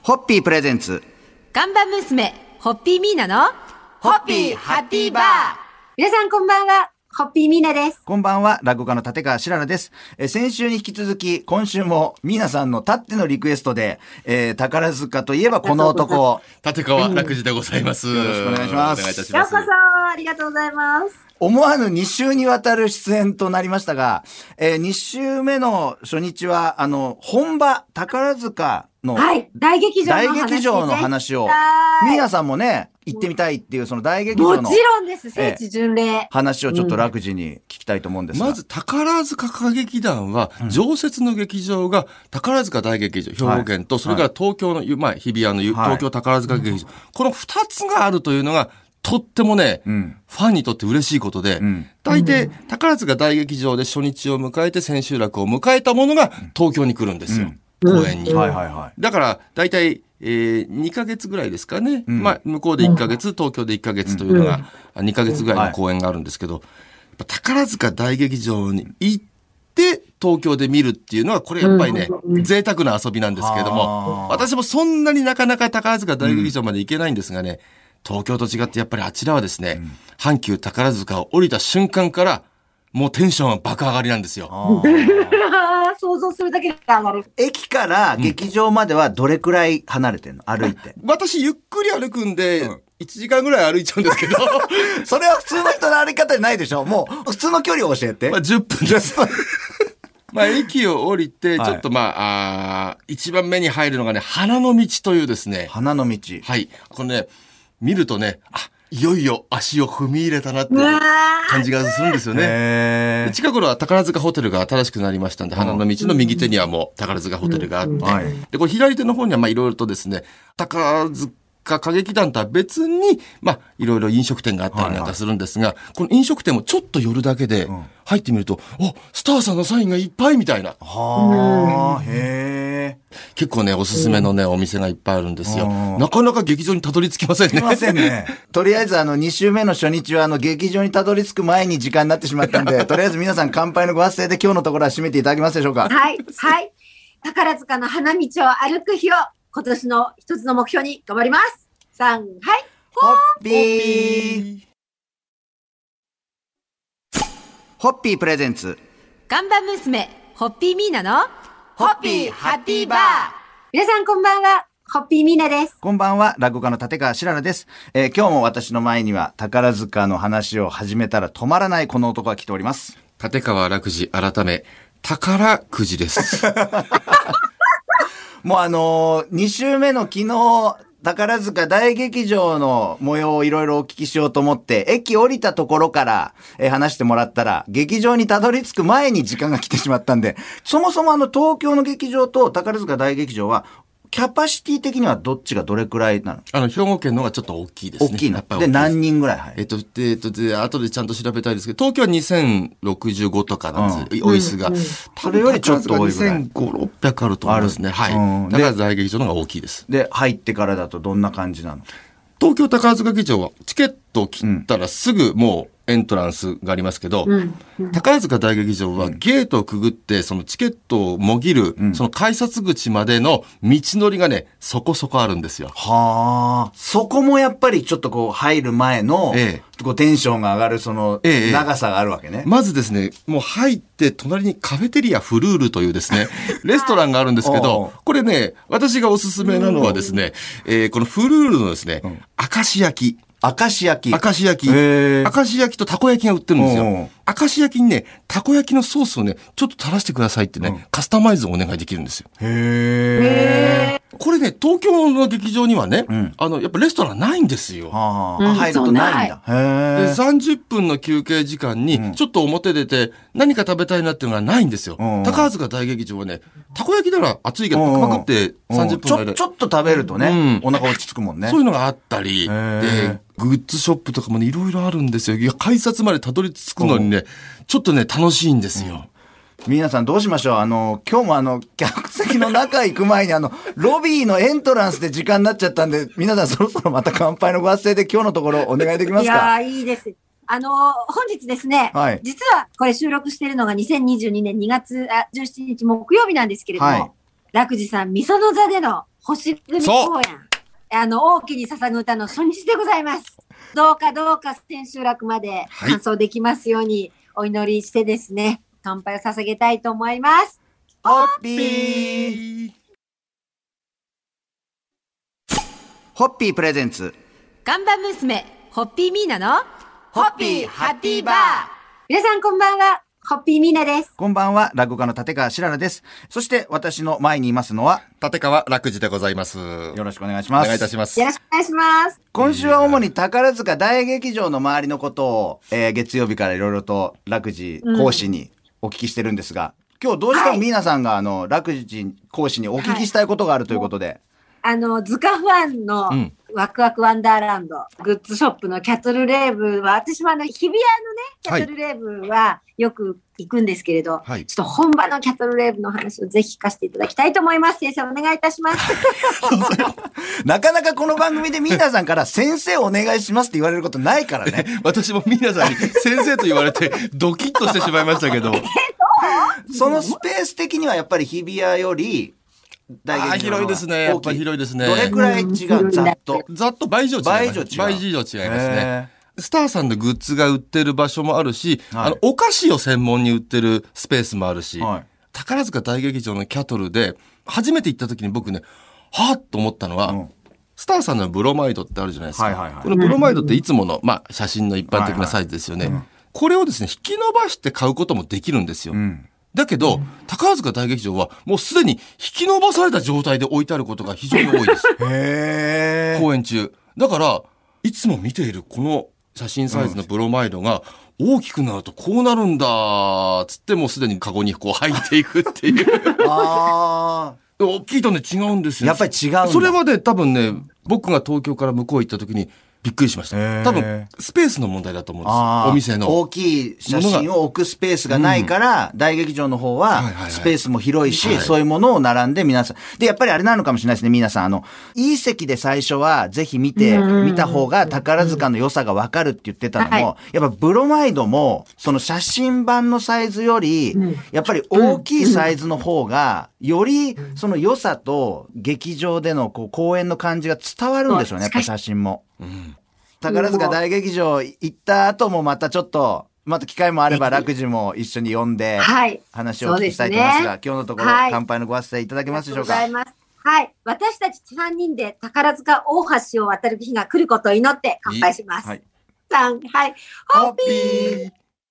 ホッピープレゼンツ看板娘、ホッピーミーナのホッピーハッピーバー。 皆さんこんばんは、ホッピーミーナです。 こんばんは、落語家の立川しららです。先週に引き続き、今週も皆さんのたってのリクエストで、宝塚といえばこの男を。 立川楽寺でございます。 よろしくお願いします。 お願いいたします。 ようこそ、ありがとうございます。 思わぬ2週にわたる出演となりましたが、2週目の初日は、本場、宝塚の、 はい、大劇場の話を、皆さんもね、行ってみたいっていう、その大劇場の。 もちろんです、聖地巡礼。 話をちょっと楽寺に聞きたいと思うんですが。 まず、宝塚歌劇団は、常設の劇場が、宝塚大劇場、兵庫県と、それから東京の、日比谷の東京宝塚劇場、この2つがあるというのが、とってもね、ファンにとって嬉しいことで、大抵、宝塚大劇場で初日を迎えて千秋楽を迎えたものが東京に来るんですよ。公演に。だから、大体、2ヶ月ぐらいですかね。向こうで1ヶ月、東京で1ヶ月というのが、2ヶ月ぐらいの公演があるんですけど、宝塚大劇場に行って、東京で見るっていうのは、これやっぱりね、贅沢な遊びなんですけれども、私もそんなになかなか宝塚大劇場まで行けないんですがね、東京と違ってやっぱりあちらはですね、阪急宝塚を降りた瞬間から、もうテンションは爆上がりなんですよ。 想像するだけで上がる。 駅から劇場まではどれくらい離れてんの？歩いて。 私ゆっくり歩くんで、1時間ぐらい歩いちゃうんですけど。 それは普通の人の歩き方じゃないでしょ。もう普通の距離を教えて。 10分です。駅を降りて、ちょっと一番目に入るのがね、花の道というですね。 花の道。 はい。これね、見るとね、いよいよ足を踏み入れたなっていう感じがするんですよね。近頃は宝塚ホテルが新しくなりましたんで、花の道の右手にはもう宝塚ホテルがあって、で、これ左手の方にはいろいろとですね、宝塚歌劇団とは別に、いろいろ飲食店があったりなんかするんですが、この飲食店もちょっと寄るだけで、入ってみると、スターさんのサインがいっぱいみたいな。結構ね、おすすめのね、お店がいっぱいあるんですよ。なかなか劇場にたどり着きませんね。 着きませんね。とりあえず2週目の初日は劇場にたどり着く前に時間になってしまったんで、とりあえず皆さん乾杯のご発声で今日のところは締めていただけますでしょうか。 はい。宝塚の花道を歩く日を今年の一つの目標に頑張ります。3、はい。 ホッピー。ホッピープレゼンツ。 看板娘、ホッピーミーナのホッピーハッピーバー。 皆さんこんばんは、ホッピーミーナです。 こんばんは、落語家の立川しららです。今日も私の前には宝塚の話を始めたら止まらないこの男が来ております。 立川楽寺改め、宝くじです。 もう2週目の昨日、宝塚大劇場の模様をいろいろお聞きしようと思って、駅降りたところから、話してもらったら、劇場にたどり着く前に時間が来てしまったんで、そもそも東京の劇場と宝塚大劇場は、キャパシティ的にはどっちがどれくらいなの？ 兵庫県の方がちょっと大きいですね。 大きいの。で、何人ぐらい入る？ 後でちゃんと調べたいですけど、東京は2065とかなんです、お椅子が。 それよりちょっと多いぐらい。 2500、600あると思いますね。はい。だから大劇場の方が大きいです。 で、入ってからだとどんな感じなの？ 東京宝塚劇場はチケットを切ったらすぐもうエントランスがありますけど、宝塚大劇場はゲートをくぐってそのチケットをもぎる、その改札口までの道のりがね、そこそこあるんですよ。 そこもやっぱりちょっと入る前の、テンションが上がるその長さがあるわけね。 まずですね、もう入って隣にカフェテリアフルールというですね、レストランがあるんですけど、これね、私がおすすめなのはですね、このフルールのですね、明石焼き。 明石焼き。 明石焼き。明石焼きとたこ焼きが売ってるんですよ。明石焼きにね、たこ焼きのソースをね、ちょっと垂らしてくださいってね、カスタマイズをお願いできるんですよ。これね、東京の劇場にはね、やっぱレストランないんですよ。 入るとないんだ。 で、30分の休憩時間に、ちょっと表出て、何か食べたいなっていうのがないんですよ。宝塚大劇場はね、たこ焼きなら熱いけど、パクパクって30分の間ちょっと食べるとね、お腹落ち着くもんね。 そういうのがあったり、で、グッズショップとかもね、いろいろあるんですよ。いや、改札までたどり着くのにね、ちょっとね、楽しいんですよ。 皆さんどうしましょう？今日も客席の中行く前にロビーのエントランスで時間になっちゃったんで、皆さんそろそろまた乾杯のご発声で今日のところお願いできますか？ いいです。本日ですね、実はこれ収録しているのが2022年2月17日木曜日なんですけれども、 楽寺さん、みその座での星組公演。大きに捧ぐ歌の初日でございます。どうか千秋楽まで完走できますようにお祈りしてですね、乾杯を捧げたいと思います。 ホッピーホッピープレゼンツ看板娘、ホッピーミーナのホッピーハッピーバー。 皆さんこんばんは、ホッピーミーナです。 こんばんは、落語家の立川しららです。そして私の前にいますのは立川楽寺でございます。 よろしくお願いします。 お願いいたします。 よろしくお願いします。 今週は主に宝塚大劇場の周りのことを、月曜日からいろいろと楽寺講師にお聞きしてるんですが、今日どうしても皆さんが楽寺講師にお聞きしたいことがあるということで、 図鑑ファンのワクワクワンダーランド、グッズショップのキャトルレーブは、私も日比谷のね、キャトルレーブはよく行くんですけれど、ちょっと本場のキャトルレーブの話をぜひ聞かせていただきたいと思います。先生、お願いいたします。 なかなかこの番組で皆さんから先生お願いしますって言われることないからね。 私も皆さんに先生と言われてドキッとしてしまいましたけど。 そのスペース的にはやっぱり日比谷より、 広いですね。やっぱり広いですね。 どれくらい違う？ざっと倍以上違います。倍以上違いますね。スターさんのグッズが売ってる場所もあるし、お菓子を専門に売ってるスペースもあるし、宝塚大劇場のキャトルで、初めて行った時に僕ね、はぁと思ったのは、スターさんのブロマイドってあるじゃないですか。このブロマイドっていつもの、写真の一般的なサイズですよね。これをですね、引き伸ばして買うこともできるんですよ。だけど、宝塚大劇場はもうすでに引き伸ばされた状態で置いてあることが非常に多いです。公演中。だから、いつも見ているこの写真サイズのブロマイドが大きくなるとこうなるんだ、つってもうすでにカゴにこう入っていくっていう。大きいとね違うんですよ。 やっぱり違うんだ。 それはね、多分ね、僕が東京から向こう行った時に、びっくりしました。多分、スペースの問題だと思うんです。お店の。 大きい写真を置くスペースがないから、大劇場の方は、スペースも広いし、そういうものを並んで皆さん。で、やっぱりあれなのかもしれないですね、皆さん。いい席で最初は、ぜひ見た方が宝塚の良さがわかるって言ってたのも、やっぱブロマイドも、その写真版のサイズより、やっぱり大きいサイズの方が、より、その良さと劇場での公演の感じが伝わるんでしょうね、やっぱ写真も。宝塚大劇場行った後もまたちょっと、また機会もあれば楽寺も一緒に呼んで、話をお聞きしたいと思いますが、今日のところ乾杯のご発声いただけますでしょうか。 ありがとうございます。はい。私たち3人で宝塚大橋を渡る日が来ることを祈って乾杯します。3、はい。ホッピー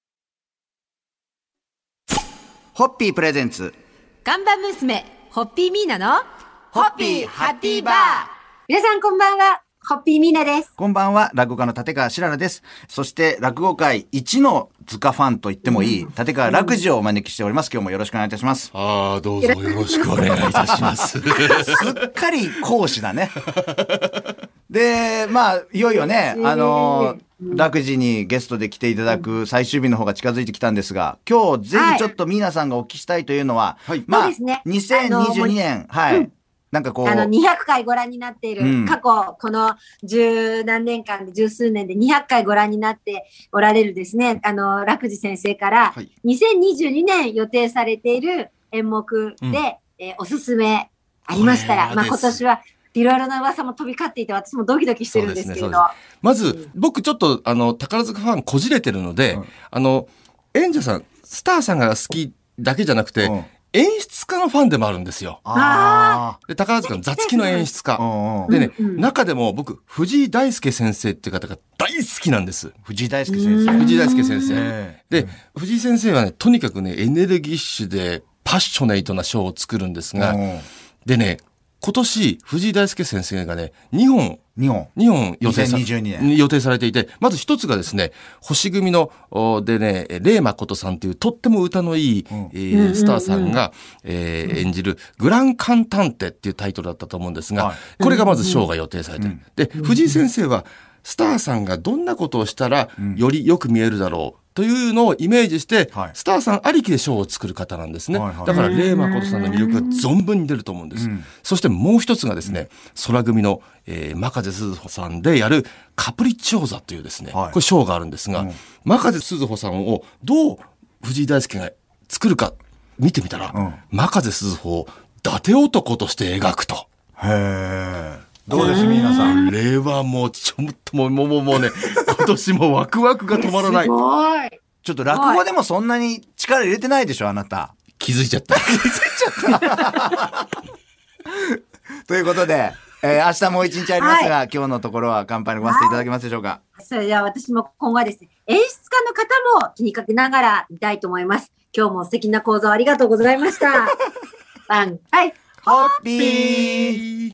ホッピープレゼンツ看板娘、ホッピーミーナのホッピーハッピーバー。 皆さんこんばんは。ホッピーミーナです。 こんばんは、落語家の立川しららです。そして落語界一の塚ファンと言ってもいい、立川楽寺をお招きしております。今日もよろしくお願いいたします。 どうぞよろしくお願いいたします。 すっかり講師だね。で、いよいよね、楽寺にゲストで来ていただく最終日の方が近づいてきたんですが、今日ぜひちょっと皆さんがお聞きしたいというのは、2022年、なんかこう。 200回ご覧になっている、過去、この十何年間で、十数年で200回ご覧になっておられるですね、楽寺先生から、2022年予定されている演目で、おすすめありましたら、今年はいろいろな噂も飛び交っていて、私もドキドキしてるんですけれど。 まず、僕ちょっと、宝塚ファンこじれてるので、演者さん、スターさんが好きだけじゃなくて、演出家のファンでもあるんですよ。で、宝塚の座付きの演出家。でね、中でも僕、藤井大輔先生っていう方が大好きなんです。 藤井大輔先生。 藤井大輔先生。で、藤井先生はね、とにかくね、エネルギッシュでパッショネイトなショーを作るんですが、でね、今年、藤井大輔先生がね、2本予定されていて、まず一つがですね、星組の、でね、レイマコトさんというとっても歌のいい、スターさんが、演じるグランカンタンテっていうタイトルだったと思うんですが、これがまずショーが予定されている。で、藤井先生は、スターさんがどんなことをしたら、よりよく見えるだろう。というのをイメージして、スターさんありきでショーを作る方なんですね。だから、レイマコトさんの魅力が存分に出ると思うんです。そしてもう一つがですね、空組の、真風鈴穂さんでやるカプリッチョーザというですね、これショーがあるんですが、真風鈴穂さんをどう藤井大輔が作るか見てみたら、真風鈴穂を伊達男として描くと。 へー。どうです皆さん。 これはもうちょっともうね、今年もワクワクが止まらない。 すごい。 ちょっと落語でもそんなに力入れてないでしょ、あなた。 気づいちゃった。 ということで、明日もう一日ありますが、今日のところは乾杯のごわせていただけますでしょうか。 それでは私も今後はですね、演出家の方も気にかけながら見たいと思います。今日も素敵な講座ありがとうございました。はい。 ホッピー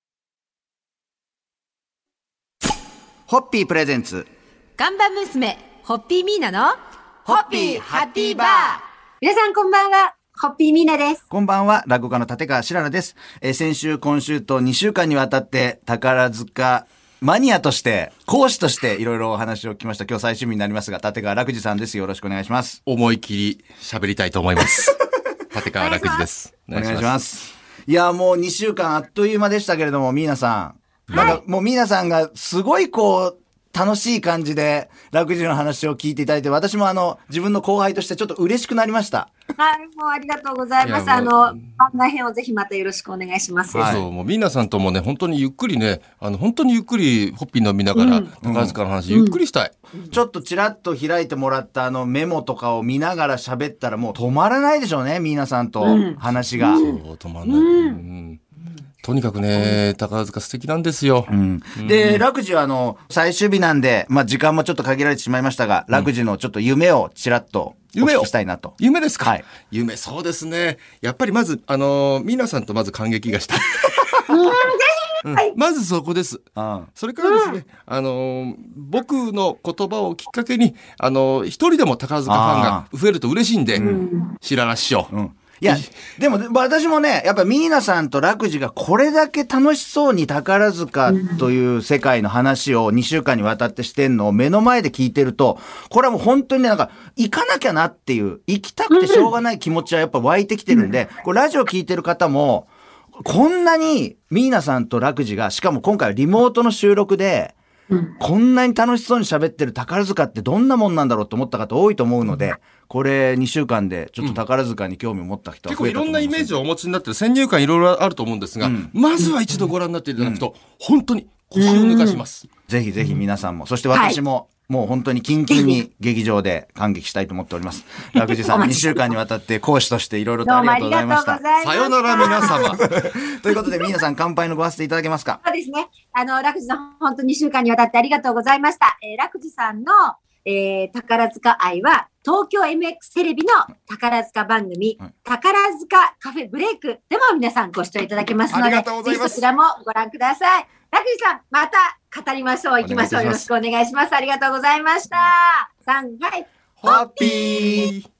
ホッピープレゼンツ。 看板娘、ホッピーミーナのホッピーハッピーバー。 皆さんこんばんは。ホッピーミーナです。 こんばんは、落語家の立川しららです。先週、今週と2週間にわたって宝塚マニアとして、講師としていろいろお話を聞きました。今日最終日になりますが、立川楽次さんです。よろしくお願いします。 思い切り喋りたいと思います。立川楽次です。 お願いします。いや、もう2週間あっという間でしたけれども、ミーナさん。なんかもうミーナさんがすごい楽しい感じで楽次の話を聞いていただいて、私も自分の後輩としてちょっと嬉しくなりました。 はい、もうありがとうございます。番外編をぜひまたよろしくお願いします。 そう、もう皆さんともね、本当にゆっくりね、本当にゆっくりホッピー飲みながら、宝塚の話、ゆっくりしたい。 ちょっとちらっと開いてもらったメモとかを見ながら喋ったらもう止まらないでしょうね、皆さんと話が。 そう、止まらない。とにかくね、宝塚素敵なんですよ。 で、楽次は最終日なんで、まあ、時間もちょっと限られてしまいましたが、楽次のちょっと夢をちらっとお聞きしたいなと。 夢ですか？ はい。 夢、そうですね。やっぱりまず、皆さんとまず感激がしたい。まずそこです。それからですね、僕の言葉をきっかけに、一人でも宝塚ファンが増えると嬉しいんで、白良師匠。 いや、でも私もね、やっぱミーナさんと楽次がこれだけ楽しそうに宝塚という世界の話を2週間にわたってしてんのを目の前で聞いてると、これはもう本当にね、なんか行かなきゃなっていう、行きたくてしょうがない気持ちはやっぱ湧いてきてるんで、これラジオ聞いてる方も、こんなにミーナさんと楽次が、しかも今回はリモートの収録で、こんなに楽しそうに喋ってる宝塚ってどんなもんなんだろうと思った方多いと思うので、これ2週間でちょっと宝塚に興味を持った人は増えたと思います。 結構いろんなイメージをお持ちになってる先入観いろいろあると思うんですが、まずは一度ご覧になっていただくと、本当に腰を抜かします。 ぜひぜひ皆さんも、そして私も、もう本当にキンキンに劇場で感激したいと思っております。楽次さん2週間にわたって講師としていろいろとありがとうございました。 さよなら皆様。 ということで皆さん乾杯のごわせていただけますか？ そうですね。楽次さん本当2週間にわたってありがとうございました。楽次さんの、宝塚愛は東京 MX テレビの宝塚番組、宝塚カフェブレイクでも皆さんご視聴いただけますので、ぜひそちらもご覧ください。楽次さん、また語りましょう。行きましょう。よろしくお願いします。ありがとうございました。3、はい。 ホッピー